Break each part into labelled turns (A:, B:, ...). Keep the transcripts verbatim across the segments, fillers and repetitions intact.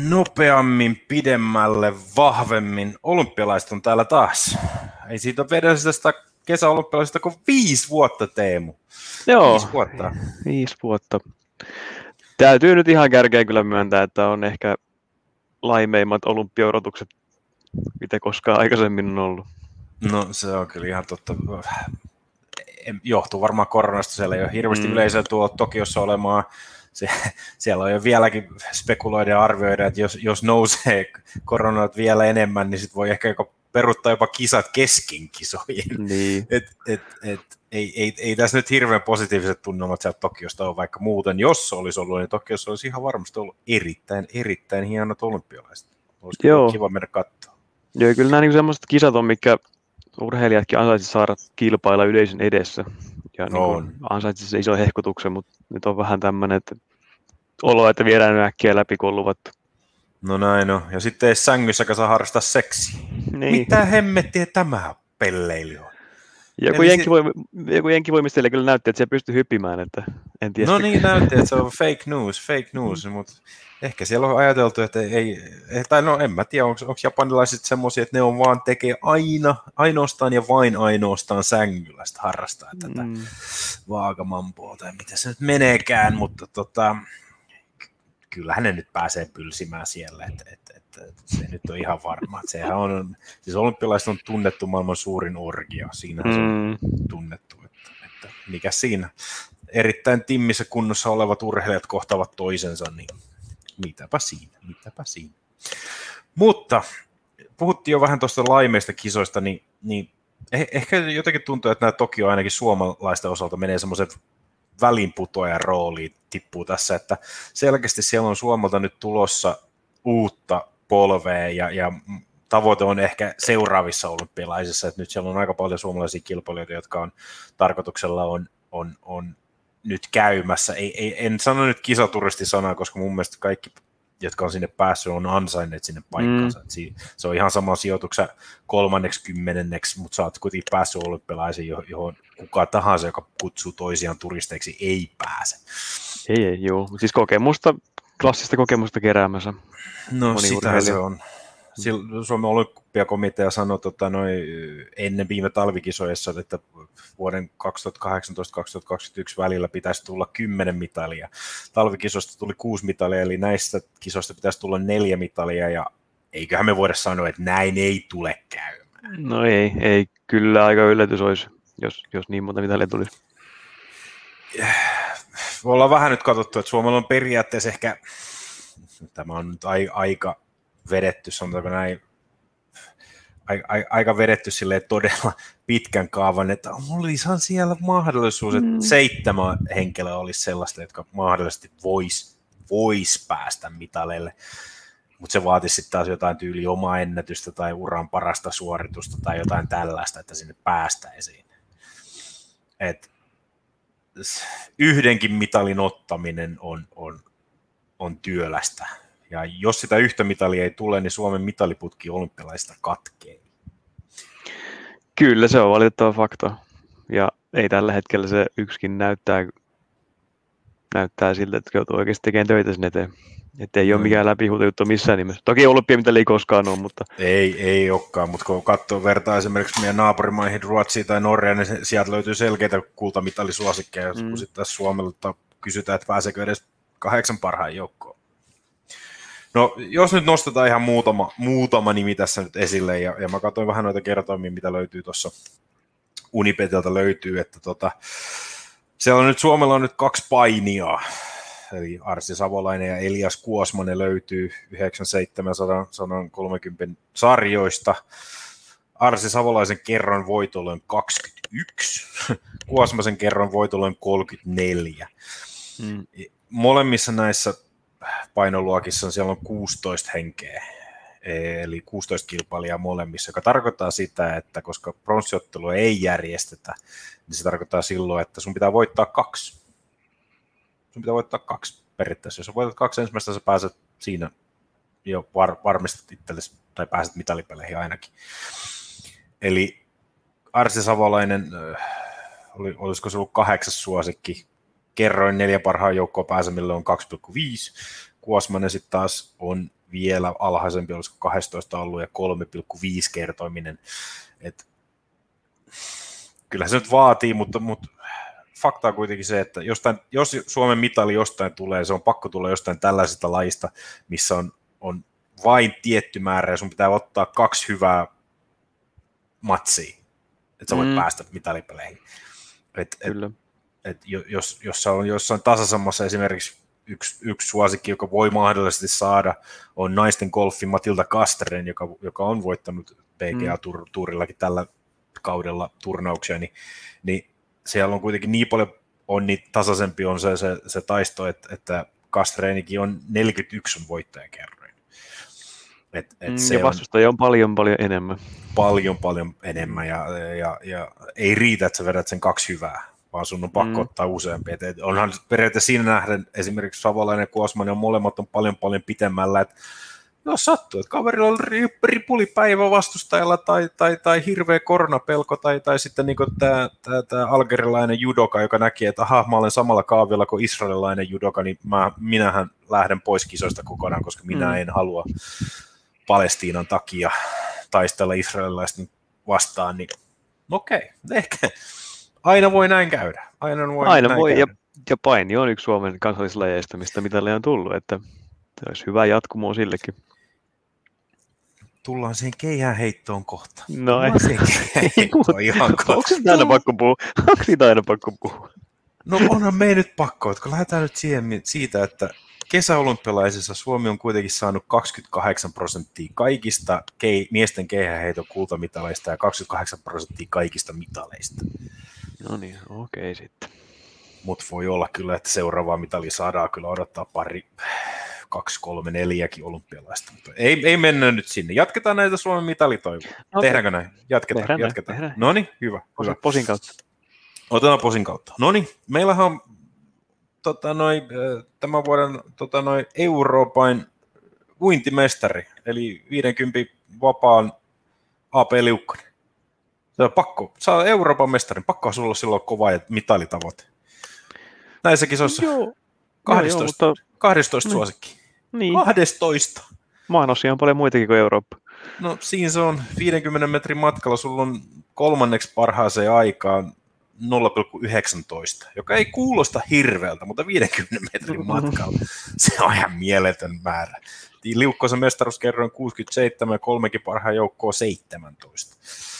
A: nopeammin, pidemmälle, vahvemmin. Olympialaiset on täällä taas. Ei siitä ole vedellisestä kesäolympialaisesta kuin viisi vuotta, Teemu.
B: Joo,
A: viisi vuotta.
B: Viisi vuotta. Täytyy nyt ihan kärkeen kyllä myöntää, että on ehkä laimeimmat olympiaodotukset, mitä koskaan aikaisemmin on ollut.
A: No se on kyllä ihan totta. Johtuu varmaan koronasta, siellä ei ole hirveästi mm. yleisöä tuolla Tokiossa olemaan. Se, siellä on jo vieläkin spekuloida ja arvioida, että jos, jos nousee koronat vielä enemmän, niin sit voi ehkä jopa peruttaa jopa kisat kesken kisojen.
B: Niin.
A: Et, et, et, ei, ei, ei tässä nyt hirveän positiiviset tunnelmat sieltä Tokiosta ole, vaikka muuten, jos olisi ollut, niin Tokiossa olisi ihan varmasti ollut erittäin, erittäin hienot olympialaiset. Olisi
B: Joo.
A: kiva mennä katsoa.
B: Joo, kyllä nämä niin sellaiset kisat on, mikä urheilijatkin ansaitsisivat saada kilpailla yleisön edessä. Ja no niin ansaitsisi se iso hehkutuksen, mutta nyt on vähän tämmöinen, että olo, että viedään äkkiä läpi, kun on luvattu.
A: No näin on. Ja sitten ei sängyssäkään saa harrastaa seksiä. Niin. Mitä hemmettiä tämä pelleily on?
B: Joku, jenkivoim... si- joku jenkivoimistelija kyllä näytti, että se pystyy hyppimään, että en tiedä.
A: No niin, näytti, että se on fake news, fake news, mm. mutta ehkä siellä on ajateltu, että ei, tai no en mä tiedä, onko, onko japanilaiset semmoisia, että ne on vaan tekee aina, ainoastaan ja vain ainoastaan sängyllä sitä harrastaa tätä mm. vaagamampoa, tai mitä se nyt meneekään, mutta tota, kyllähän ne nyt pääsee pylsimään siellä, että, että, että, että se nyt on ihan varma. Sehän on, siis olympialaiset on tunnettu maailman suurin orgia, siinähän mm. se on tunnettu, että, että mikä siinä. Erittäin timmissä kunnossa olevat urheilijat kohtaavat toisensa, niin mitäpä siinä, mitäpä siinä. Mutta puhuttiin jo vähän tuosta laimeista kisoista, niin, niin ehkä jotenkin tuntuu, että nämä Tokio ainakin suomalaisten osalta menee semmoisen välinputoajan rooliin, tippuu tässä, että selkeästi siellä on Suomelta nyt tulossa uutta polvea ja, ja tavoite on ehkä seuraavissa olympialaisissa, että nyt siellä on aika paljon suomalaisia kilpailijoita, jotka on tarkoituksella on, on, on nyt käymässä. Ei, ei, en sano nyt kisaturistisanaa, koska mun mielestä kaikki, jotka on sinne päässyt, on ansainneet sinne paikkaansa. Mm. Se on ihan sama sijoituksen kolmanneksi kymmenenneksi, mutta sä oot kuitenkin päässyt olympialaisiin, johon kuka tahansa, joka kutsuu toisiaan turisteiksi, ei pääse.
B: Ei, ei, joo. Siis kokemusta, klassista kokemusta keräämässä.
A: No sitähän se on. Suomen olympiakomitea sanoi tota, noi, ennen viime talvikisoissa, että vuoden kaksituhattakahdeksantoista kaksituhattakaksikymmentäyksi välillä pitäisi tulla kymmenen mitalia. Talvikisoista tuli kuusi mitalia, eli näistä kisoista pitäisi tulla neljä mitalia, ja eiköhän me voida sanoa, että näin ei tule käymään.
B: No ei, ei kyllä aika yllätys olisi, jos, jos niin monta mitalia tulisi.
A: Me ollaan vähän nyt katsottu, että Suomella on periaatteessa ehkä, tämä on nyt aika vedetty, sanotaanko näin, aika vedetty silleen todella pitkän kaavan, että olisihan siellä mahdollisuus, että mm. seitsemän henkilöä olisi sellaista, jotka mahdollisesti vois, vois päästä mitaleille, mutta se vaatisi sitten taas jotain tyyli omaa ennätystä tai uran parasta suoritusta tai jotain tällaista, että sinne päästäisiin. Et yhdenkin mitalin ottaminen on, on, on työlästä. Ja jos sitä yhtä mitalia ei tule, niin Suomen mitaliputki olympialaisista katkee.
B: Kyllä, se on valitettava fakta. Ja ei tällä hetkellä se yksikin näyttää, näyttää siltä, että joutuu oikeasti tekemään töitä sinne eteen. Että ei ole mikään läpihuutojuttu missään nimessä. Toki olympiamitali ei koskaan ole, mutta...
A: Ei, ei olekaan, mutta kun katsoo vertaa esimerkiksi meidän naapurimaihin Ruotsiin tai Norjaan, niin sieltä löytyy selkeitä kultamitalisuosikkeja, mm. kun sitten tässä Suomelta kysytään, että pääseekö edes kahdeksan parhaan joukkoon. No, jos nyt nostetaan ihan muutama, muutama nimi tässä nyt esille, ja, ja mä katsoin vähän noita kertoimia, mitä löytyy tuossa Unipetiltä löytyy, että tota, siellä on nyt, Suomella on nyt kaksi painijaa, eli Arsi Savolainen ja Elias Kuosmanen löytyy yhdeksänseitsemän sata kolmekymmentä sarjoista. Arsi Savolaisen kerron voitolle on kaksikymmentäyksi, Kuosmasen kerron voitolle on kolmekymmentäneljä. Hmm. Molemmissa näissä painoluokissa siellä on kuusitoista henkeä, eli kuusitoista kilpailijaa molemmissa, joka tarkoittaa sitä, että koska pronssiottelua ei järjestetä, niin se tarkoittaa silloin, että sun pitää voittaa kaksi. Sun pitää voittaa kaksi periaatteessa. Jos sä voitat kaksi ensimmäistä, sä pääset siinä jo var- varmistat itsellesi, tai pääset mitalipeleihin ainakin. Eli Arsi Savolainen, oli, olisiko se ollut kahdeksas suosikki, kerroin neljä parhaan joukkoa pääsemille on kaksi pilkku viisi, Kuosmanen sitten taas on vielä alhaisempi, olisiko kaksitoista ollut ja kolme pilkku viisi kertoiminen. Et, kyllä se nyt vaatii, mutta, mutta fakta on kuitenkin se, että jostain, jos Suomen mitali jostain tulee, se on pakko tulla jostain tällaisesta lajista, missä on, on vain tietty määrä ja sun pitää ottaa kaksi hyvää matsia, että sä voit mm. päästä mitalipeleihin. Et, et, et, jos, jos on jossain tasaisemmassa esimerkiksi yksi, yksi suosikki, joka voi mahdollisesti saada, on naisten golfi Matilda Castren, joka, joka on voittanut P G A-tuurillakin tällä kaudella turnauksia, niin, niin siellä on kuitenkin niin paljon on niin tasaisempi on se, se, se taisto, että, että Castrenikin on neljäkymmentäyksi on voittajakerroin. Et, et se
B: ja vastustajia on, on paljon paljon enemmän.
A: Paljon paljon enemmän ja, ja, ja ei riitä, että sä vedät sen kaksi hyvää, vaan sun on pakko mm. ottaa useampi. Et, et onhan periaatteessa siinä nähden esimerkiksi Savolainen ja Kuosmanen on molemmat on paljon paljon pitemmällä, että jos sattuu, että kaverilla on ripulipäivä vastustajalla tai, tai, tai hirveä koronapelko tai, tai sitten niin tämä, tämä, tämä algerilainen judoka, joka näki, että aha, mä olen samalla kaavilla kuin israelilainen judoka, niin mä, minähän lähden pois kisoista kokonaan, koska minä mm. en halua Palestiinan takia taistella israelilaisten vastaan, niin okei, ehkä aina voi näin käydä. Aina voi,
B: aina
A: näin
B: voi
A: käydä.
B: Ja, ja paini on yksi Suomen kansallislajeista, mistä mitalle on tullut, että se olisi hyvä jatkumo sillekin.
A: Tullaan siihen keihäänheittoon kohta.
B: No ei.
A: Ihan kohta.
B: Onko siitä aina pakko puhua? Onko siitä aina pakko puhua?
A: No onhan me nyt pakko, että kun lähdetään nyt siihen, siitä, että kesäolympialaisissa Suomi on kuitenkin saanut kaksikymmentäkahdeksan prosenttia kaikista kei, miesten keihäänheiton kultamitaleista ja kaksikymmentäkahdeksan prosenttia kaikista mitaleista.
B: No niin, okei sitten.
A: Mutta voi olla kyllä, että seuraavaa mitalia saadaan kyllä odottaa pari, kaksi, kolme, neljäkin olympialaista. Mutta ei, ei mennä nyt sinne. Jatketaan näitä Suomen mitalitoivoja.
B: No,
A: Tehdäänkö näin? Jatketaan.
B: tehdään
A: jatketaan.
B: Näin,
A: No niin, hyvä.
B: hyvä. Posin kautta.
A: Otetaan posin kautta. No niin, meillähän on tota, noi, tämän vuoden tota, noi, Euroopan uintimestari, eli viisikymmentä vapaan A P Liukkonen. Se on pakko, saa Euroopan mestarin, pakko sulla silloin kova mitalitavoite. Näissä kisoissa
B: Joo.
A: kaksitoista,
B: Joo, mutta...
A: kaksitoista
B: niin.
A: suosikki.
B: Niin.
A: kaksitoista.
B: Maanosia on paljon muitakin kuin Eurooppa.
A: No siinä se on viidenkymmenen metrin matkalla, sulla on kolmanneksi parhaaseen aikaan nolla pilkku yhdeksäntoista, joka ei kuulosta hirveältä, mutta viidenkymmenen metrin matkalla se on ihan mieletön määrä. Liukkosen mestaruuskerroin kuusikymmentäseitsemän ja kolmekin parhaan joukkoa seitsemäntoista.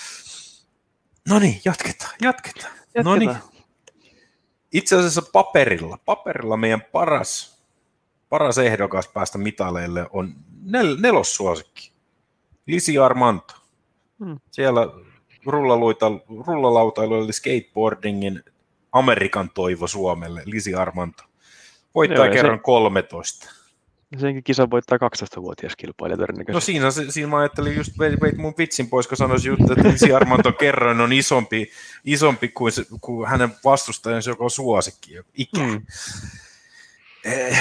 A: No niin, jatketaan, jatketaan.
B: jatketaan.
A: No niin. Itse asiassa paperilla, paperilla meidän paras, paras ehdokas päästä mitaleille on nel, nelossuosikki, Lisi Armanto. Hmm. Siellä rullalautailu eli skateboardingin Amerikan toivo Suomelle, Lisi Armanto. Voittaa Joo, kerran se, kolmetoista.
B: Senkin kisa voittaa kaksitoistavuotias kilpailija todennäköisesti.
A: No siinä, siinä mä ajattelin just, veit mun vitsin pois, kun sanoisin just, että Lisi Armanto kerran on isompi, isompi kuin, se, kuin hänen vastustajansa, joka on suosikki. Ikä. Hmm. Eh.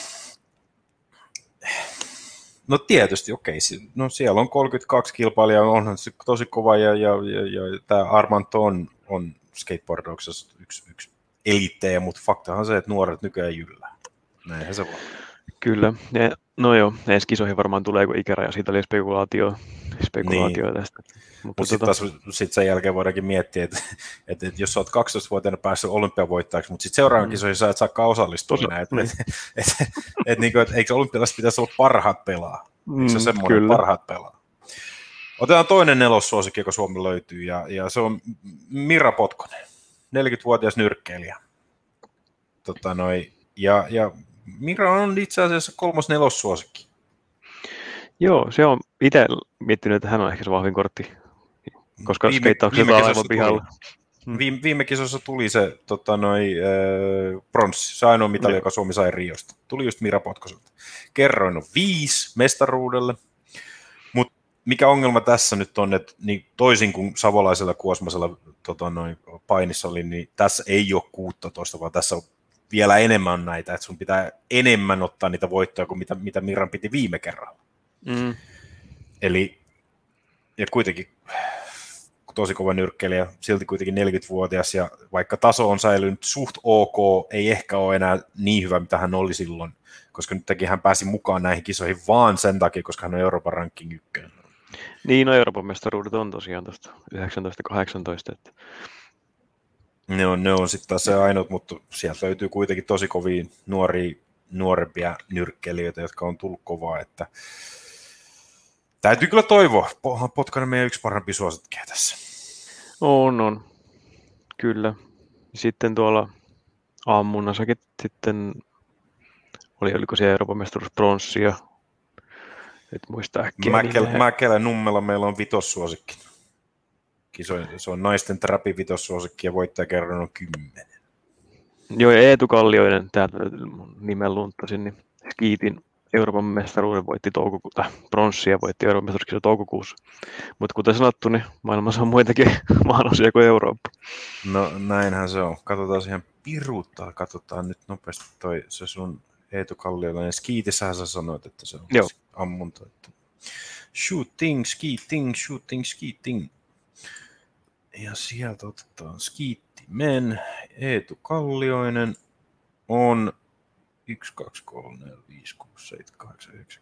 A: No tietysti, okei. No siellä on kolmekymmentäkaksi kilpailijaa, onhan se tosi kova, ja, ja, ja, ja tämä Armanto on, on skateboardauksessa yksi, yksi eliittejä, mutta faktahan se, että nuoret nykyään jyllää. Näinhän se vaan.
B: Kyllä. Ja, no joo, ensi kisoihin varmaan tulee joku ikäraja, siitä oli spekulaatio, spekulaatio niin. tästä.
A: Mutta Mut tota... sitten sit sen jälkeen voidaankin miettiä, että, että, että jos olet kaksitoistavuotiaana päässyt olympiavoittajaksi, mutta sitten seuraavan mm. kisoihin sä et saakaan osallistua
B: Osa...
A: enää. Että, että, että, että, että, että eikö olympialaiset pitäisi olla parhaat pelaa? Eikö se
B: mm,
A: semmoinen
B: kyllä.
A: parhaat pelaa? Otetaan toinen nelossuosikki, joka Suomi löytyy, ja, ja se on Mira Potkonen, neljäkymmentävuotias nyrkkeilijä. Tota noi, ja, ja Mira on itse asiassa kolmas nelossuosikki.
B: Joo, se on itse miettinyt, että hän on ehkä se vahvin kortti, koska skeittaukset on aivan pihalla.
A: Viime, viime kisossa tuli se tota, noi, äh, bronssi, se ainoa mitali, joka Suomi sai Riosta. Tuli just Mira Potkoselta. Kerroin on viisi mestaruudelle, mutta mikä ongelma tässä nyt on, että niin toisin kuin savolaisella kuosmaisella tota, noi, painissa oli, niin tässä ei ole kuusitoista, vaan tässä on vielä enemmän näitä, että sun pitää enemmän ottaa niitä voittoja kuin mitä, mitä Miran piti viime kerralla. Mm. Eli, ja kuitenkin tosi kova nyrkkeilijä, silti kuitenkin neljäkymmentävuotias, ja vaikka taso on säilynyt suht ok, ei ehkä ole enää niin hyvä, mitä hän oli silloin, koska nytkin hän pääsi mukaan näihin kisoihin vaan sen takia, koska hän on Euroopan ranking ykkönen.
B: Niin, no Euroopan mestaruudet on tosiaan tuosta yhdeksäntoista kahdeksantoista. Että...
A: Ne on, ne on sitten taas se ainut, mutta sieltä löytyy kuitenkin tosi kovia nuoria, nuorempia nyrkkeilijöitä, jotka on tullut kovaa, että täytyy kyllä toivoa. Potkanen meidän yksi parempi suosikkia tässä.
B: On, on. Kyllä. Sitten tuolla ammunnassakin sitten oli, oliko siellä Euroopan mestaruus pronssia. Nyt muista äkkiä.
A: Mäkelä, niin Mäkelä Nummela meillä on vitossuosikki. Se on naisten trapin vitossuosikki ja voittajakerroin on kymmenen.
B: Joo, ja Eetu Kallioinen, täältä nimen lunttasin, niin skiitin Euroopan mestaruuden voitti toukokuuta, pronssia voitti Euroopan mestaruuskisa toukokuussa. Mutta kuten sanottu, niin maailmassa on muitakin maanosia kuin Eurooppa.
A: No näinhän se on. Katsotaan siihen piruuttaa. Katsotaan nyt nopeasti toi se sun Eetu Kallioinen. Skiitissähän sä sanoit, että se on Joo. ammunta. Että shooting, skiiting, shooting, skiiting. Ja sieltä otetaan skiittimen. Eetu Kallioinen on yksi, kaksi, kolme, neljä, viisi, kuusi, seitsemän, kahdeksan, yhdeksän.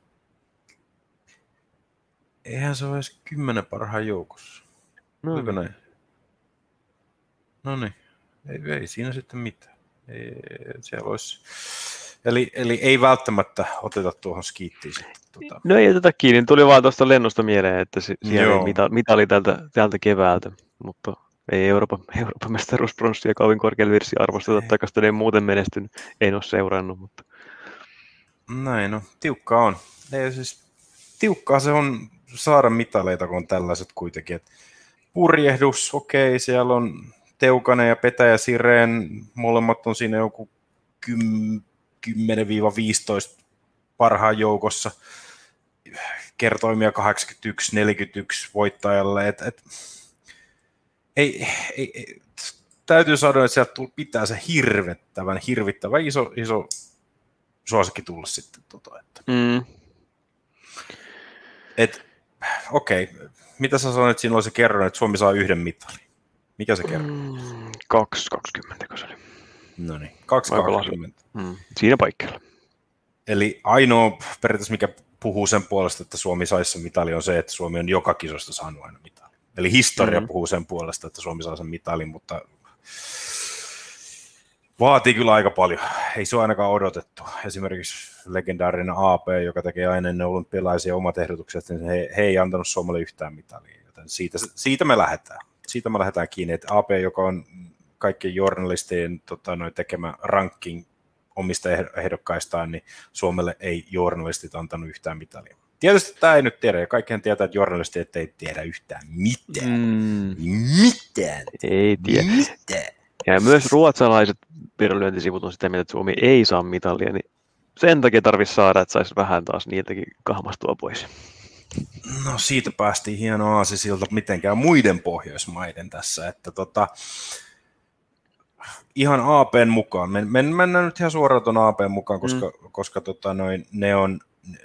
A: Eihän se ole edes kymmenen parhaan joukossa. No. Oliko näin? No niin. Ei, ei siinä sitten mitään. Ei, siellä olisi. Eli, eli ei välttämättä oteta tuohon skiittiin sitten. Tuota.
B: No ei oteta kiinni. Tuli vaan tuosta lennosta mieleen, että siellä oli mitali, mitali tältä, tältä keväältä. Mutta ei Euroopan, Euroopan mestaruuspronssia kauin korkealla virsi arvosteta, takaisin ei muuten menestynyt. En ole seurannut, mutta...
A: Näin, no tiukkaa on. Ei, siis, tiukkaa se on saada mitaleita, kun on tällaiset kuitenkin. Et purjehdus, okei, okay, siellä on Teukanen ja Petäjä Sireen, molemmat on siinä joku kymmenen viisitoista parhaan joukossa. Kertoimia kahdeksankymmentäyksi neljäkymmentäyksi voittajalle. Et, et, ei, ei, ei, täytyy sanoa, että sieltä pitää se hirvettävän, hirvittävän iso, iso suosikki tulla sitten. Tota, että. Mm. Et, okei, okay. Mitä sä sanoit, että siinä oli se kerron, että Suomi saa yhden mitalin? Mikä se kerron?
B: Mm, kaksi kaksikymmentä, kun se oli.
A: No niin, kaksi kaksikymmentä.
B: Mm, siinä paikkeilla.
A: Eli ainoa periaatteessa, mikä puhuu sen puolesta, että Suomi saisi sen mitali, on se, että Suomi on joka kisosta saanut aina mitali. Eli historia mm-hmm. puhuu sen puolesta, että Suomi saa sen mitalin, mutta vaatii kyllä aika paljon. Ei se ole ainakaan odotettu. Esimerkiksi legendaarinen A P, joka tekee aina ennen olympialaisia omat ehdotukset, niin he, he ei antanut Suomelle yhtään mitalia. Joten siitä, siitä me lähdetään. Siitä me lähdetään kiinni, että A P, joka on kaikkien journalistien tota, noin tekemä ranking omista ehdokkaistaan, niin Suomelle ei journalistit antanut yhtään mitalia. Tietysti tämä ei nyt tiedä, ja kaikkihan tietää, että journalistit ei tiedä yhtään mitään. Mm. Mitään.
B: Ei tiedä.
A: Mitään.
B: Ja myös ruotsalaiset vedonlyöntisivut on sitä mieltä, että Suomi ei saa mitalia, niin sen takia tarvitsisi saada, että saisi vähän taas niiltäkin kahmastua pois.
A: No siitä päästiin hieno aasisilta mitenkään muiden Pohjoismaiden tässä, että tota, ihan A P:n mukaan, men, men, mennään nyt ihan suoraan tuon A P:n mukaan, koska, mm. koska tota, noin, ne on,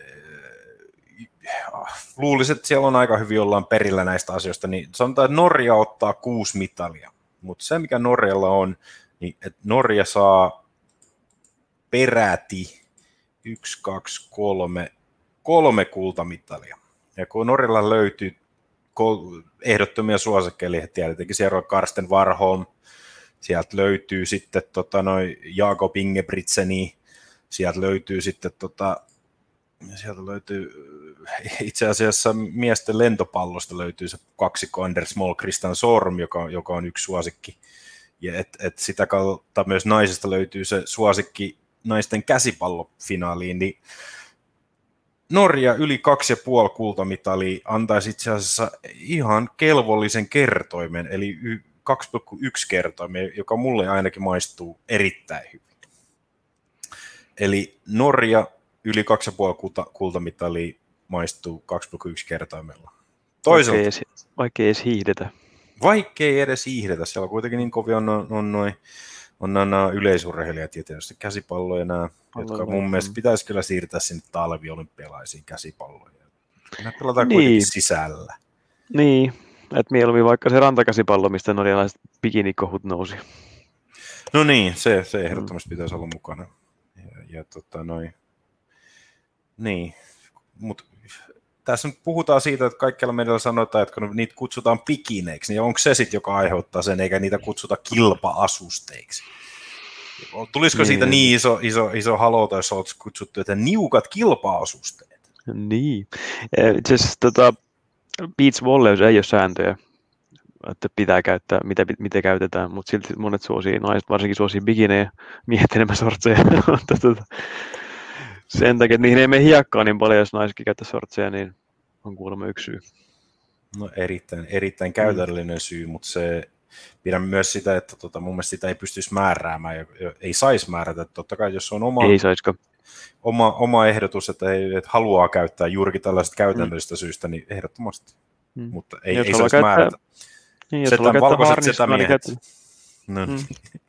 A: äh, luulisin, että siellä on aika hyvin ollaan perillä näistä asioista, niin sanotaan, että Norja ottaa kuusi mitalia, mutta se mikä Norjalla on, niin että Norja saa peräti yksi, kaksi, kolme, kolme kultamitalia. Ja kun Norjalla löytyy ehdottomia suosikkeja, eli tietenkin siellä on Karsten Warholm, sieltä löytyy sitten tota, noi Jakob Ingebrigtseni, sieltä löytyy sitten tota, sieltä löytyy itse asiassa miesten lentopallosta löytyy se kaksikko Anders Moll, Christian Sorm, joka, joka on yksi suosikki. Ja et, et sitä kautta myös naisesta löytyy se suosikki naisten käsipallofinaaliin, niin Norja yli kaksi ja puoli kultamitalia antaisi itse asiassa ihan kelvollisen kertoimen, eli kaksi pilkku yksi kertoimen, joka mulle ainakin maistuu erittäin hyvin. Eli Norja yli kaksi ja puoli kultamitalia maistuu kaksi pilkku yksi kertoimella. Toisaalta,
B: vaikka, ei edes, vaikka ei edes hiihdetä.
A: Vaikka ei edes hiihdetä, siellä kuitenkin niin kovin on, on, on noin on nämä yleisurheilijat ja tietysti käsipalloja nämä, Pallo jotka mun mielestä pitäisi kyllä siirtää sinne talviolympialaisiin käsipalloja. Ne pelataan niin kuitenkin sisällä.
B: Niin, Et mieluummin vaikka se rantakasipallo, mistä norjalaiset bikinikohut nousi.
A: No niin, se, se ehdottomasti mm. pitäisi olla mukana. Ja, ja tota noin. Niin, mutta tässä nyt puhutaan siitä, että kaikkialla meillä sanotaan, että kun niitä kutsutaan pikineiksi, niin onko se sitten, joka aiheuttaa sen, eikä niitä kutsuta kilpa-asusteiksi? Tulisiko siitä niin iso, iso, iso halota, jos olet kutsuttu, että niukat kilpa-asusteet?
B: Niin. Itse asiassa tota, beach volley ei ole sääntöjä, että pitää käyttää, mitä, mitä käytetään, mutta silti monet suosii, naiset varsinkin suosii bikinejä, miehet enemmän sortseja. Sen takia, että niihin ei mene hiekkaan niin paljon, jos naiskin käyttää sortseja, niin on kuulemma yksi syy.
A: No erittäin, erittäin käytännöllinen mm. syy, mutta se pidän myös sitä, että tota, mun mielestä sitä ei pystyisi määräämään ja ei saisi määrätä. Totta kai, jos on oma,
B: ei saisiko.
A: Oma, oma ehdotus, että, ei, että haluaa käyttää juurikin tällaisesta käytännöllisestä mm. syystä, niin ehdottomasti. Mm. Mutta ei, ei saisi käyttää, määrätä.
B: Niin, setän valkoiset setämiehet.
A: No. Mm.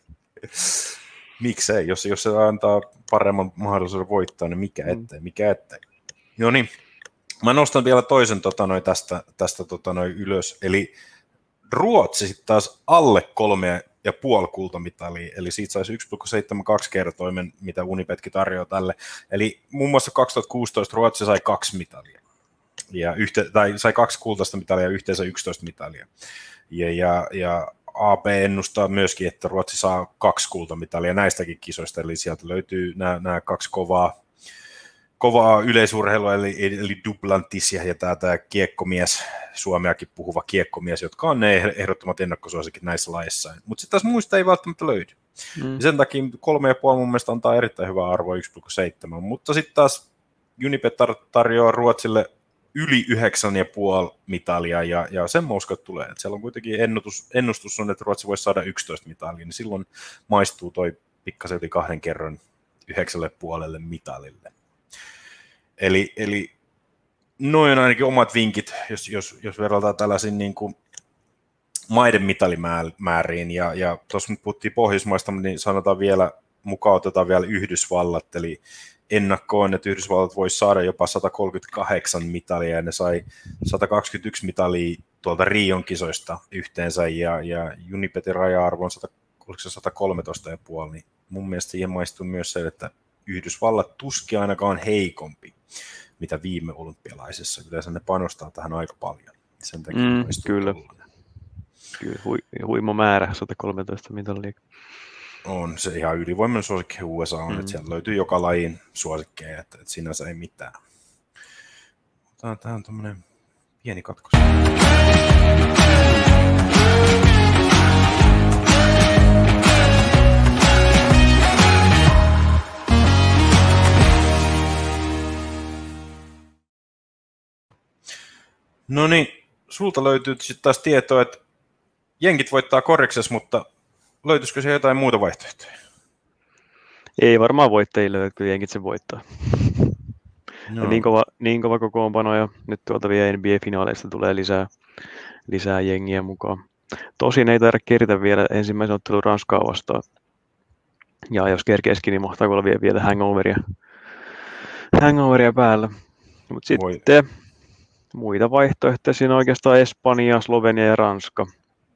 A: Miksei? Jos, jos se antaa paremman mahdollisuuden voittaa, niin mikä ettei, mikä ettei. No niin. Mä nostan vielä toisen tota, noi, tästä, tästä tota, noi, ylös. Eli Ruotsi sitten taas alle kolme ja puoli kultamitalia, eli siitä saisi yksi pilkku seitsemänkymmentäkaksi kertoimen, mitä Unibetkin tarjoaa tälle. Eli muun muassa kaksituhattakuusitoista Ruotsi sai kaksi mitalia, ja yhte, tai sai kaksi kultaista mitalia ja yhteensä yksitoista mitalia. Ja, ja, ja A P ennustaa myöskin, että Ruotsi saa kaksi kultamitalia näistäkin kisoista, eli sieltä löytyy nämä, nämä kaksi kovaa, kovaa yleisurheilua, eli, eli Duplantis ja tämä, tämä kiekkomies, suomeakin puhuva kiekkomies, jotka on ne ehdottomat ennakkosuosikit näissä lajeissa. Mutta sitten taas muista ei välttämättä löydy. Mm. Sen takia kolme ja puoli mun mielestä antaa erittäin hyvää arvoa yksi pilkku seitsemän, mutta sitten taas Unibet tarjoaa Ruotsille yli yhdeksän ja puoli mitalia, ja, ja sen mä uskon, että tulee. Et siellä on kuitenkin ennustus, ennustus on, että Ruotsi voisi saada yksitoista mitalia, niin silloin maistuu toi pikkasen yli kahden kerran yhdeksälle puolelle mitalille. Eli, eli noin on ainakin omat vinkit, jos, jos, jos verrataan tällaisiin niin kuin maiden mitalimääriin, ja, ja tuossa nyt puhuttiin Pohjoismaista, niin sanotaan vielä, mukaan otetaan vielä Yhdysvallat, eli ennakko on, että Yhdysvallat voisi saada jopa sata kolmekymmentäkahdeksan mitalia, ja ne sai sata kaksikymmentäyksi mitalia tuolta Rion kisoista yhteensä, ja, ja Unibetin raja-arvo on sata kolmetoista pilkku viisi, niin mun mielestä siihen maistuu myös se, että Yhdysvallat tuskin ainakaan heikompi, mitä viime olympialaisissa. Yleensä ne panostaa tähän aika paljon. Sen takia
B: mm, kyllä. Kyllä, hui, huima määrä, sata kolmetoista mitalia.
A: On se ihan ylivoimainen suosikki U S A on, mm. että sieltä löytyy joka lajin suosikkeja, että, että sinänsä ei mitään. Tämä on tämmöinen pieni katkos. No niin, sulta löytyy sitten taas tietoa, että jenkit voittaa Korriksessa, mutta löytyisikö se jotain muuta vaihtoehtoja?
B: Ei varmaan voittajille löydy, kyllä jenkit se voittaa. No. Niin, kova, niin kova kokoonpano ja nyt tuolta vielä N B A-finaaleista tulee lisää, lisää jengiä mukaan. Tosin ei taida keritä vielä ensimmäisen ottelun Ranskaa vastaan. Ja jos kerkeisikin, niin mahtaako olla vielä, vielä hangoveria, hangoveria päällä. Mutta sitten muita vaihtoehtoja siinä oikeastaan Espanja, Slovenia ja Ranska.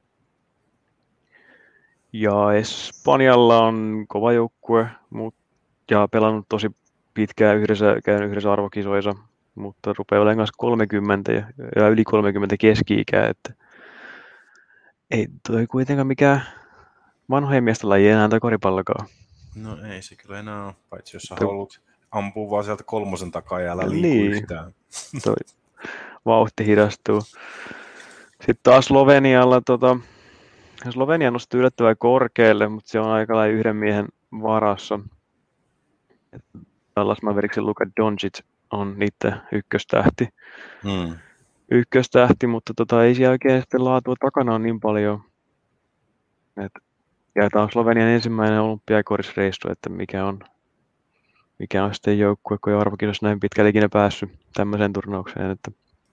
B: Ja Espanjalla on kova joukkue ja pelannut tosi pitkään yhdessä, käynyt yhdessä arvokisoissa, mutta rupeaa olemaan kanssa kolmekymmentä ja, ja yli kolmekymmentä keski-ikää, että ei toi kuitenkaan mikään vanhojen miesten laji enää tai koripallokaan.
A: No ei se kyllä enää ole, paitsi jos sä haluat ampua vaan sieltä kolmosen takaa ja älä liiku
B: niin.
A: yhtään.
B: Toi vauhti hidastuu. Sitten taas Slovenialla, tota, Slovenia nosti yllättävän korkealle, mutta se on aika lailla yhden miehen varassa. Dallas Maverickin Luka Doncic on niiden ykköstähti. Hmm. Ykköstähti, mutta tota, ei siellä oikein sitten laatua takana on niin paljon. Et, ja tämä on Slovenian ensimmäinen olympiakorisreissu, että mikä on, mikä on sitten joukkue, kun ei arvokisossa näin pitkälle ikinä päässyt tämmöiseen turnaukseen. Että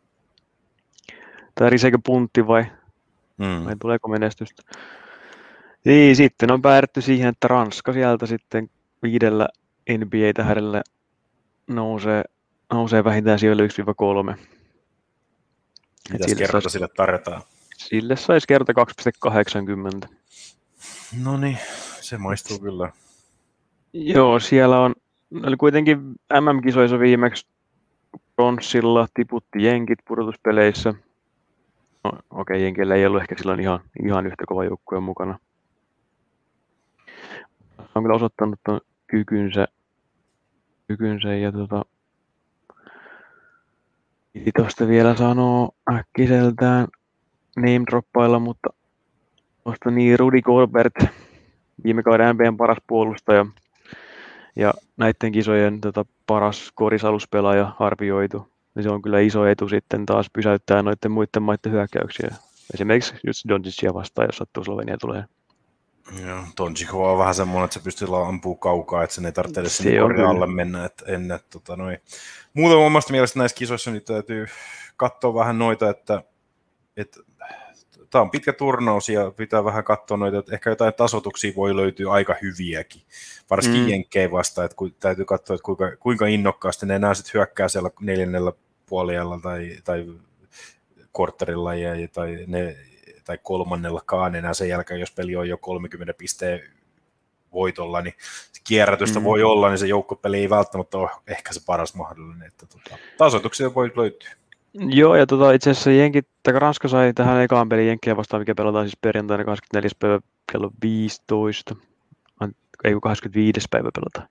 B: tämä riseekö puntti vai, mm. vai tuleeko menestystä? Niin, sitten on päädytty siihen, että Ranska sieltä sitten viidellä N B A-tähdellä nousee, nousee vähintään sijoille yksi kolme.
A: Mitäs kerrota sille tarjotaan?
B: Sille saisi kerta kaksi pilkku kahdeksankymmentä.
A: No niin, se maistuu kyllä.
B: Joo, siellä on, oli kuitenkin M M-kisoissa viimeksi pronssilla, tiputti jenkit pudotuspeleissä. No, okei, okay, jenkillä ei ollut ehkä silloin ihan, ihan yhtä kova joukkue mukana. On kyllä osoittanut tuon kykynsä, kykynsä ja tota, piti tuosta vielä sanoa äkkiseltään name-droppailla, mutta tuosta niin Rudy Gobert, viime kauden N B A:n paras puolustaja ja näiden kisojen tota, paras korisaluspelaaja arvioitu. Ja se on kyllä iso etu sitten taas pysäyttää noiden muiden maiden hyökkäyksiä. Esimerkiksi just Doncicia vastaan, jos sattuu Slovenia tulee.
A: Joo, Doncic on vähän semmoinen, että se pystyy ampumaan kaukaa, että sen ei tarvitse edes sen alle mennä. Että ennen, tota, noi. Muuten omasta mielestä näissä kisoissa nyt täytyy katsoa vähän noita, että, että tämä on pitkä turnaus ja pitää vähän katsoa noita, että ehkä jotain tasoituksia voi löytyä aika hyviäkin, varsinkin mm. jenkkejä vastaan, että täytyy katsoa, että kuinka, kuinka innokkaasti ne enää sitten hyökkää siellä neljännellä puolella tai, tai kortterilla ja, tai, ne, tai kolmannellakaan enää sen jälkeen, jos peli on jo kolmekymmentä pisteen voitolla, niin kierrätystä mm. voi olla, niin se joukkopeli ei välttämättä ole ehkä se paras mahdollinen, että tota, tasoituksia voi löytyä.
B: Joo, ja tota, itse asiassa Jenkit, tai Ranska sai tähän ekaan pelin Jenkkiä vastaan, mikä pelataan siis perjantaina kahdeskymmenesneljäs päivä kello viisitoista. Ei kun kahdeskymmenesviides päivä pelataan.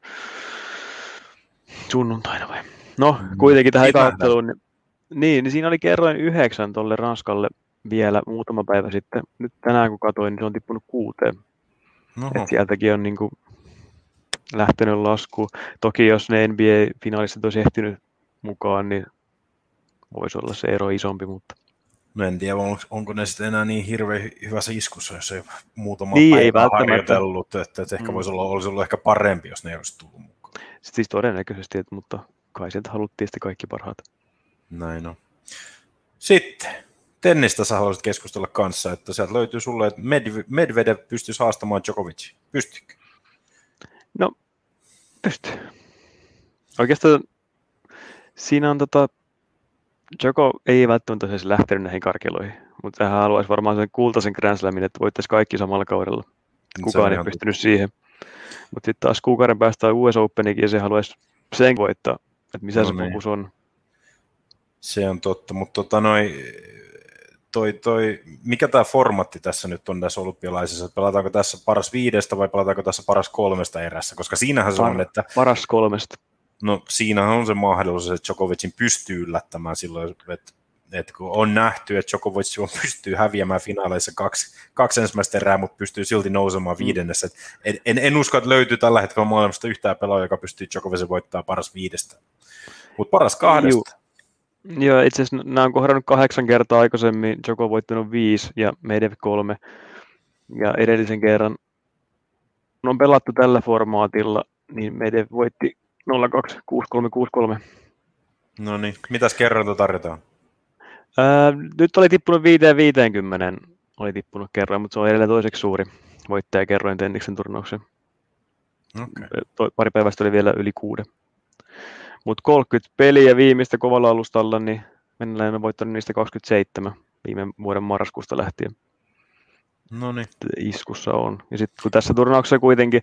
B: Sunnuntaina vai? No, kuitenkin tähän ekaan otteluun. Niin, niin, niin siinä oli kerroin yhdeksän tolle Ranskalle vielä muutama päivä sitten. Nyt tänään kun katsoin, niin se on tippunut kuuteen. Et sieltäkin on niinku lähtenyt laskuun. Toki jos ne N B A-finaalistit olisi ehtinyt mukaan, niin voisi olla se ero isompi, mutta...
A: No en tiedä, onko ne sitten enää niin hirveän hyvässä iskussa, jos ei muutama
B: niin,
A: päivä harjoitellut, että, että ehkä mm. voisi olla, olisi ollut ehkä parempi, jos ne ei olisi tullut mukaan.
B: Sitten siis todennäköisesti, mutta kai sieltä haluttiin sitten kaikki parhaat.
A: Näin on. Sitten, tennistä sä haluaisit keskustella kanssa, että sieltä löytyy sulle, että Medvedev pystyisi haastamaan Djokovic. Pystyykö?
B: No, pystyy. Oikeastaan siinä on tota... Joko ei välttämättä olisi lähtenyt näihin karkeloihin, mutta hän haluaisi varmaan sen kultaisen Grand Slamin, että voittaisi kaikki samalla kaudella. Kukaan ei pystynyt siihen. Mutta sitten taas kuukauden päästä on U S Openikin ja se haluaisi sen voittaa, että missä no se fokus on.
A: Se on totta, mutta tota noi, toi, toi, mikä tämä formatti tässä nyt on tässä olympialaisessa? Pelataanko tässä paras viidestä vai pelataanko tässä paras kolmesta erässä? Koska siinähän se on, että...
B: Paras kolmesta.
A: No siinähän on se mahdollisuus, että Djokovicin pystyy yllättämään silloin, että, että kun on nähty, että Djokovic pystyy häviämään finaaleissa kaksi, kaksi ensimmäistä erää, mutta pystyy silti nousemaan viidennessä. En, en, en usko, että löytyy tällä hetkellä maailmasta yhtään pelaajaa, joka pystyy Djokovicin voittaa paras viidestä, mutta paras kahdesta.
B: Juh. Joo, itse asiassa nämä on kohdannut kahdeksan kertaa aikaisemmin, Djoko on voittanut viisi ja Medvedev kolme. Ja edellisen kerran, kun on pelattu tällä formaatilla, niin Medvedev voitti nolla kaksi kuusi kolme kuusi kolme.
A: No niin, mitäs kerrointa tarjotaan?
B: Ää, nyt oli tippunut viisi viisikymmentä, oli tippunut kerroin, mutta se on edelleen toiseksi suuri voittaja kerroin tenniksen turnauksen. Okay. Pari päivästä oli vielä yli kuuden. Mutta kolmekymmentä peliä viimeistä kovalla alustalla, niin Venäläinen on voittanut niistä kaksikymmentäseitsemän viime vuoden marraskuusta lähtien.
A: No niin.
B: Iskussa on. Ja sitten kun tässä turnauksessa kuitenkin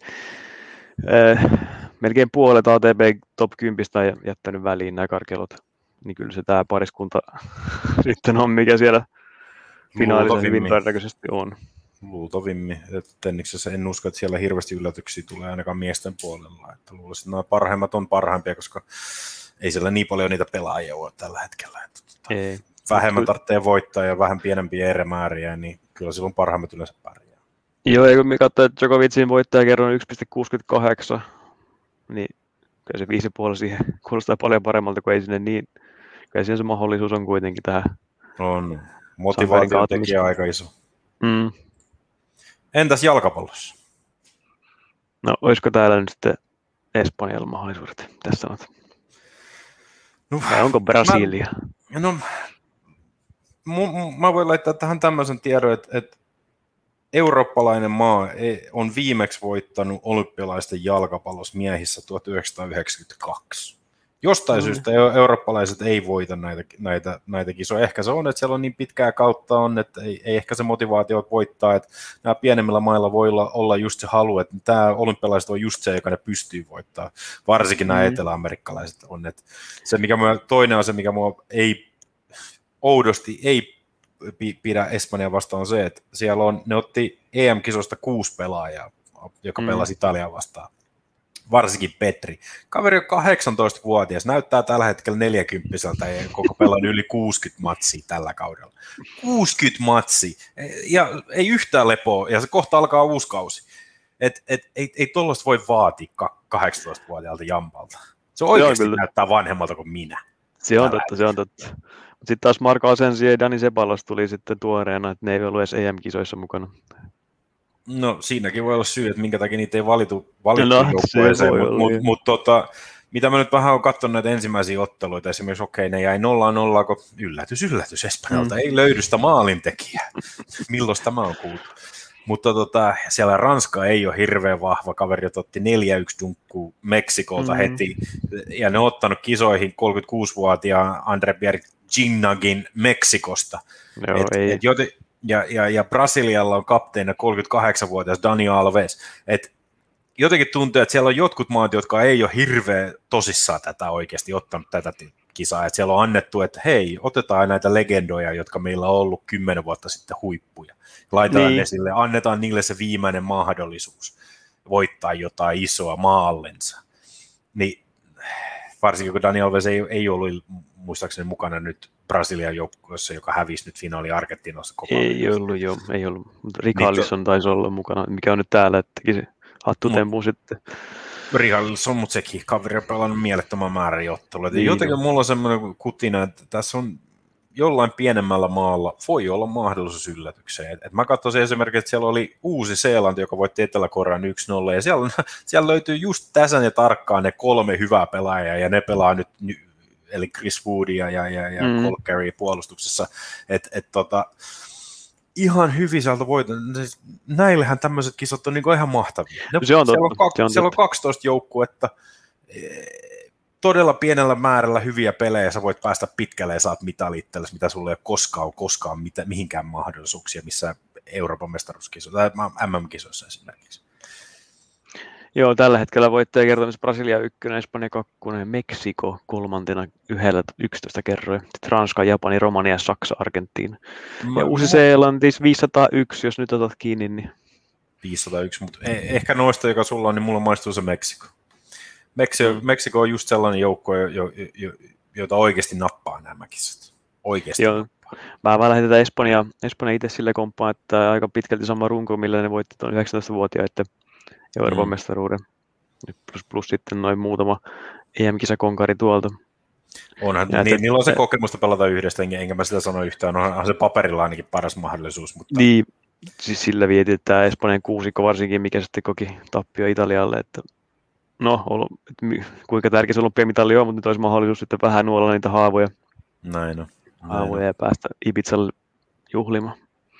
B: äh, melkein puolet A T P top kymmenen on jättänyt väliin nämä karkelot, niin kyllä se tämä pariskunta sitten on, mikä siellä finaalissa hyvin todennäköisesti on.
A: Luultavimmin. Tenniksessä en usko, että siellä hirveästi yllätyksiä tulee ainakaan miesten puolella. Että luulisin, että nämä parhaimmat on parhaimpia, koska ei siellä niin paljon niitä pelaajia ole tällä hetkellä. Että tuota,
B: ei.
A: Vähemmän tarvitsee voittaa ja vähän pienempiä erämääriä, niin kyllä silloin parhaimmat yleensä pärjää.
B: Joo, ja kun me katsotaan, että Djokovicin voittaja kerron yksi pilkku kuusikymmentäkahdeksan, niin kyllä se viisi pilkku viisi siihen kuulostaa paljon paremmalta, kuin ei sinne niin. Kyllä siinä se mahdollisuus on kuitenkin tähän.
A: On. Motivaatiotekijä aika iso.
B: Mm.
A: Entäs jalkapallossa?
B: No, olisiko täällä nyt sitten Espanjalla mahdollisuudet? Tässä sanot. No, vai onko Brasilia?
A: Mä, no, m- mä voin laittaa tähän tämmöisen tiedon, että, että eurooppalainen maa on viimeksi voittanut olympialaisten jalkapallossa miehissä tuhatyhdeksänsataayhdeksänkymmentäkaksi. Jostain
B: Mm.
A: syystä eu- eurooppalaiset ei voita näitä, näitä, näitä kisoja. Ehkä se on, että siellä on niin pitkää kautta on, että ei, ei ehkä se motivaatio voittaa, että nämä pienemmillä mailla voi olla, olla just se halu, että tämä olympialaiset on just se, joka ne pystyy voittaa. Varsinkin nämä
B: Mm.
A: eteläamerikkalaiset on. Että se, mikä mua, toinen on se, mikä mua ei oudosti ei pidä Espanjaa vastaan, on se, että siellä on, ne otti E M-kisosta kuusi pelaajaa, joka
B: Mm.
A: pelasi Italiaa vastaan. Varsinkin Petri. Kaveri on kahdeksantoistavuotias, näyttää tällä hetkellä neljäkymppiseltä ja koko pelan yli kuusikymmentä matsia tällä kaudella. kuusikymmentä matsia ja ei yhtään lepoa ja se kohta alkaa uusi kausi. Et, et, ei ei tuollaista voi vaatia kahdeksantoistavuotiaalta jampalta. Se oikeasti
B: kyllä.
A: näyttää vanhemmalta kuin minä.
B: Se on
A: Tällä
B: totta, se on totta. Mutta sitten taas Marco Asensi ja Dani Ceballos tuli sitten tuoreena, että ne ei ollut edes E M-kisoissa mukana.
A: No siinäkin voi olla syy, että minkä takia niitä ei valitu, valittu
B: No,
A: joukkueeseen,
B: se voi
A: mutta
B: olla,
A: mut,
B: joo.
A: mut, tota, mitä mä nyt vähän olen katsonut näitä ensimmäisiä otteluita, esimerkiksi okei, okay, ne jäi nollaan nollaan, kun yllätys, yllätys Espanjalta, mm. ei löydy sitä maalintekijää. Milloin tämä on kuultu? Mutta tota, siellä Ranska ei ole hirveän vahva, kaveri otti neljä yksi dunkkuun Meksikolta mm. heti, ja ne on ottanut kisoihin kolmekymmentäkuusivuotiaan Andre Pierre Ginnagin Meksikosta.
B: Joo,
A: et,
B: ei.
A: et joten, ja, ja, ja Brasilialla on kapteena kolmekymmentäkahdeksanvuotias Dani Alves. Et jotenkin tuntuu, että siellä on jotkut maat, jotka ei ole hirveän tosissaan tätä oikeasti ottanut tätä kisaa. Et siellä on annettu, että hei, otetaan näitä legendoja, jotka meillä on ollut kymmenen vuotta sitten huippuja. Laitetaan niin. ne sille, annetaan niille se viimeinen mahdollisuus voittaa jotain isoa maallensa. Niin, varsinkin kun Dani Alves ei, ei ollut muistaakseni mukana nyt Brasilian joukkueessa, joka hävisi nyt finaali Argentiinassa koko ajan.
B: Ei ollut, joo, ei ollut. Richarlison niin, taisi olla mukana, mikä on nyt täällä, että teki se hattutempun sitten.
A: Richarlison, mutta sekin kaveri on pelannut mielettömän määrän ottelua.
B: Niin,
A: jotenkin
B: no.
A: mulla on semmoinen kutina, että tässä on jollain pienemmällä maalla voi olla mahdollisuus yllätykseen. Et, et mä katsoin esimerkiksi, että siellä oli Uusi-Seelanti, joka voitti Etelä-Korean yksi nolla, ja siellä, siellä löytyy just täsän ja tarkkaan ne kolme hyvää pelaajaa, ja ne pelaa nyt, eli Chris Woodia ja, ja, ja mm. Cole Carey puolustuksessa. Et, et, tota, ihan hyvin sieltä voitu. Näillähän tämmöiset kisat on niinku ihan mahtavia. Ne,
B: se on
A: siellä,
B: totta.
A: on kak,
B: se on
A: siellä on kaksitoista joukkuetta, todella pienellä määrällä hyviä pelejä, sä voit päästä pitkälle ja saat mitalit itsellesi, mitä sulla ei ole koskaan, koskaan mitä, mihinkään mahdollisuuksia missään Euroopan mestaruuskisoissa tai M M-kisoissa esimerkiksi.
B: Joo, tällä hetkellä voittaja kertomus Brasilia ykkönen, Espanja kakkonen, Meksiko kolmantena yhdellä yksitoista kerroin, sitten Ranska, Japani, Romania, Saksa, Argentiina. Ja Uusi-Seelanti viisisataayksi, jos nyt otat kiinni. Niin...
A: viisisataayksi, mutta ehkä noista, joka sulla on, niin mulla maistuu se Meksiko. Meksiko, mm. Meksiko on just sellainen joukko, jo, jo, jo, jota oikeasti nappaa nämä kisat. Oikeasti
B: Joo.
A: nappaa.
B: Mä vähän lähdetään Espanja, Espanja itse sille komppaan, että aika pitkälti sama runko, millä ne voitti tuon yhdeksäntoistavuotiaiden Euroopan mm. mestaruuden. Plus, plus sitten noin muutama E M-kisakonkari tuolta.
A: Onhan,
B: ja
A: niin,
B: että,
A: niillä on se kokemusta pelata yhdestä, enkä mä sitä sano yhtään, onhan se paperilla ainakin paras mahdollisuus. Mutta...
B: Niin, siis sillä vietiin, että tämä Espanjan kuusikko varsinkin, mikä sitten koki tappio Italialle, että no, että kuinka tärkeä se olympiamitali on, mutta nyt olisi mahdollisuus sitten vähän nuolla niitä haavoja.
A: Näin on. Näin
B: haavoja on. Ja päästä Ibizalle juhlimaan.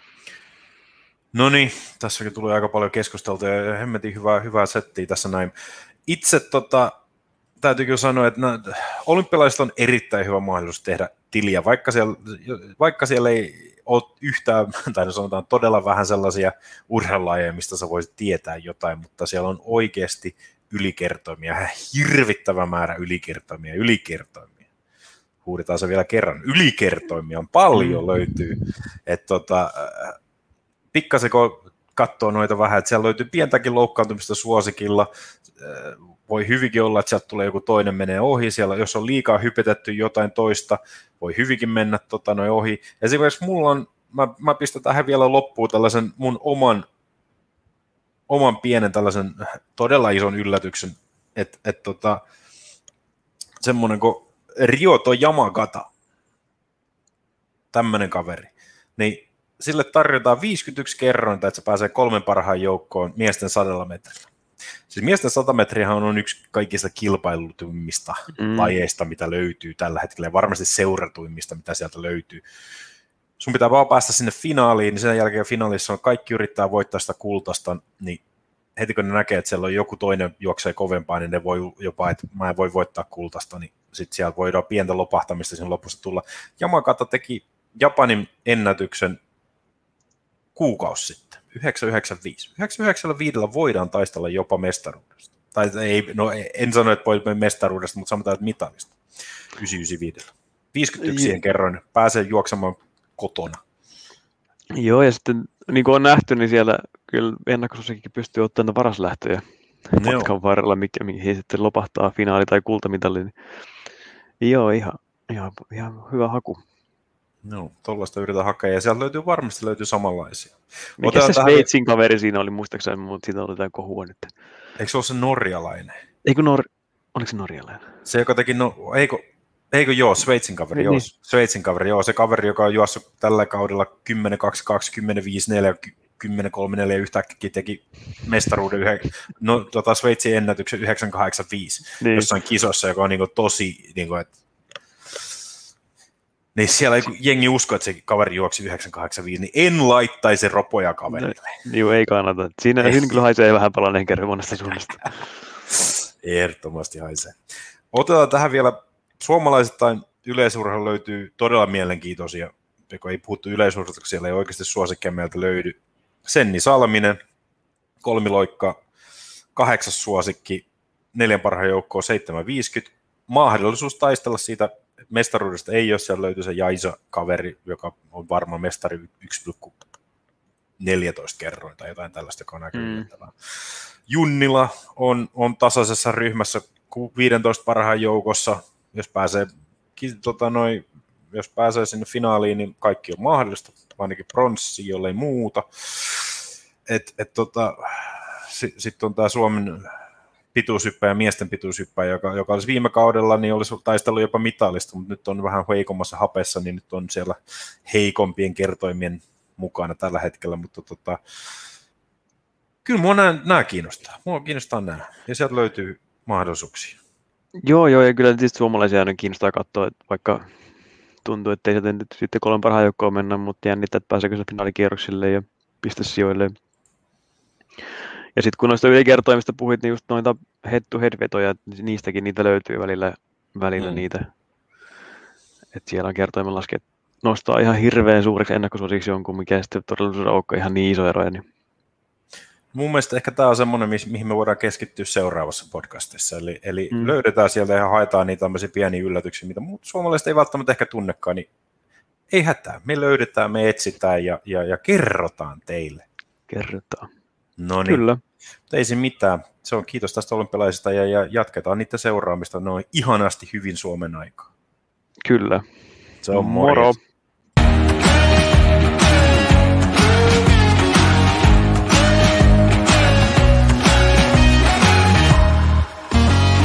A: No niin, tässäkin tuli aika paljon keskusteltua ja hemmetin hyvää, hyvää settiä tässä näin. Itse tota, täytyy kyllä sanoa, että nämä, olympialaiset on erittäin hyvä mahdollisuus tehdä tiliä, vaikka siellä, vaikka siellä ei ole yhtään, tai sanotaan todella vähän sellaisia urheilulajeja, mistä sä voisit tietää jotain, mutta siellä on oikeasti ylikertoimia, hirvittävä määrä ylikertoimia, ylikertoimia. Huudetaan se vielä kerran. Ylikertoimia on paljon löytyy. Että tota, pikkasen kun katsoo noita vähän, että siellä löytyy pientäkin loukkaantumista suosikilla, voi hyvinkin olla, että sieltä tulee joku toinen menee ohi, siellä jos on liikaa hypetetty jotain toista, voi hyvinkin mennä tota, noin ohi. Esimerkiksi mulla on, mä, mä pistän tähän vielä loppuun tällaisen mun oman, oman pienen tällaisen todella ison yllätyksen, että et, tota, semmoinen kuin Ryoto Yamagata, tämmöinen kaveri, niin sille tarjotaan viisikymmentäyksi kerrointa, että se pääsee kolmen parhaan joukkoon miesten sadalla metrillä. Siis miesten sata metriähän on yksi kaikista kilpailutuimmista mm. lajeista, mitä löytyy tällä hetkellä, ja varmasti seuratuimmista, mitä sieltä löytyy. Sun pitää vaan päästä sinne finaaliin, niin sen jälkeen finaalissa on kaikki yrittää voittaa sitä kultasta, niin heti kun ne näkee, että siellä on joku toinen juoksee kovempaa, niin ne voi jopa, että mä en voi voittaa kultasta, niin sitten siellä voidaan pientä lopahtamista sen lopussa tulla. Yamakata teki Japanin ennätyksen kuukausi sitten, yhdeksän yhdeksänkymmentäviisi. yhdeksän yhdeksänkymmentäviisi voidaan taistella jopa mestaruudesta. Tai ei, no en sano, että voi mestaruudesta, mutta sanotaan, että mitalista. yhdeksän yhdeksänkymmentäviisi. viisikymmentäyksi siihen kerroin, pääsee juoksemaan kotona.
B: Joo, ja sitten niin kuin on nähty, niin siellä kyllä ennakkosuosikin pystyy ottamaan varaslähtöjä
A: No.
B: matkan varrella, mikä, mihin sitten lopahtaa finaali- tai kultamitali. Niin joo, ihan, ihan, ihan hyvä haku.
A: No, tuollaista yritän hakea, ja sieltä löytyy varmasti löytyy samanlaisia.
B: Mikä
A: Otetaan
B: se
A: tähän-
B: Sveitsin kaveri siinä oli, muistaakseni, mutta siitä oli jotain kohua nyt.
A: Eikö se ole se norjalainen?
B: Eikö Nor... Oliko se norjalainen?
A: Se, joka teki, no, eikö, eikö joo, Sveitsin kaveri,
B: Niin,
A: joo,
B: niin.
A: Sveitsin kaveri, joo, se kaveri, joka on juossut tällä kaudella kymmenen kaksikymmentäkaksi, kymmenen viisikymmentäneljä, kymmenen kolmekymmentäneljä yhtäkkiä teki mestaruuden, yhden, no, tota, Sveitsin ennätyksen yhdeksän kahdeksankymmentäviisi
B: Niin.
A: jossain kisossa, joka on niin kuin, tosi, niin kuin, että niin siellä ei jengi usko, että se kaveri juoksi yhdeksän kahdeksankymmentäviisi, niin en laittaisi ropoja kaverille.
B: Joo, ei kannata. Siinä,
A: Ei.
B: siinä kyllä haisee vähän palaneen kerran monesta suunnasta.
A: Ehdottomasti haisee. Otetaan tähän vielä, suomalaisittain yleisurheilu löytyy todella mielenkiintoisia, kun ei puhuttu yleisurheilusta, kun siellä ei oikeasti suosikkeja meiltä löydy. Senni Salminen, kolmiloikka, kahdeksas suosikki, neljän parhaan joukkoon seitsemän viisikymmentä. Mahdollisuus taistella siitä mestaruudesta ei ole, siellä löytyy se Jaisa-kaveri, joka on varma mestari yksi pilkku neljätoista kerroin tai jotain tällaista, joka on aika
B: Mm.
A: yllättävää. Junnila on, on tasaisessa ryhmässä viisitoista parhaan joukossa, jos pääsee, ki- tota noi, jos pääsee sinne finaaliin, niin kaikki on mahdollista, ainakin pronssi, jollei muuta. Et, et tota, Sitten sit on tämä Suomen pituushyppäjä, miesten pituushyppäjä, joka, joka olisi viime kaudella, niin olisi taistellut jopa mitalista, mutta nyt on vähän heikommassa hapessa, niin nyt on siellä heikompien kertoimien mukana tällä hetkellä, mutta tota, kyllä mua nämä, nämä kiinnostaa. Mua kiinnostaa nämä, ja sieltä löytyy mahdollisuuksia.
B: Joo, joo, ja kyllä tietysti suomalaisia aina kiinnostaa katsoa, että vaikka tuntuu, että ei sieltä nyt sitten kolmen parhaan joukkoon mennä, mutta jännittää, että pääseekö se finaalikierroksille ja pistesijoille. Ja sitten kun noista ylikertoimista puhuit, niin just noita head-to-head-vetoja, niin niistäkin niitä löytyy välillä, välillä
A: Mm.
B: niitä. Että siellä on kertoimen lasket nostaa ihan hirveän suureksi ennakkosuosiksi jonkun, mikä sitten todellisuudessa onko ihan niin iso eroja. Niin.
A: Mun mielestä ehkä tämä on semmoinen, mihin me voidaan keskittyä seuraavassa podcastissa. Eli, eli
B: Mm.
A: löydetään sieltä ja haetaan niitä tämmöisiä pieniä yllätyksiä, mitä muut suomalaiset ei välttämättä ehkä tunnekaan, niin ei hätää. Me löydetään, me etsitään ja, ja, ja kerrotaan teille.
B: Kerrotaan.
A: No niin,
B: Kyllä.
A: ei siinä mitään. Se on kiitos tästä olympialaisista ja, ja jatketaan niiden seuraamista noin ihanasti hyvin Suomen aikaa.
B: Kyllä.
A: Se on
B: Moro.
A: morjens.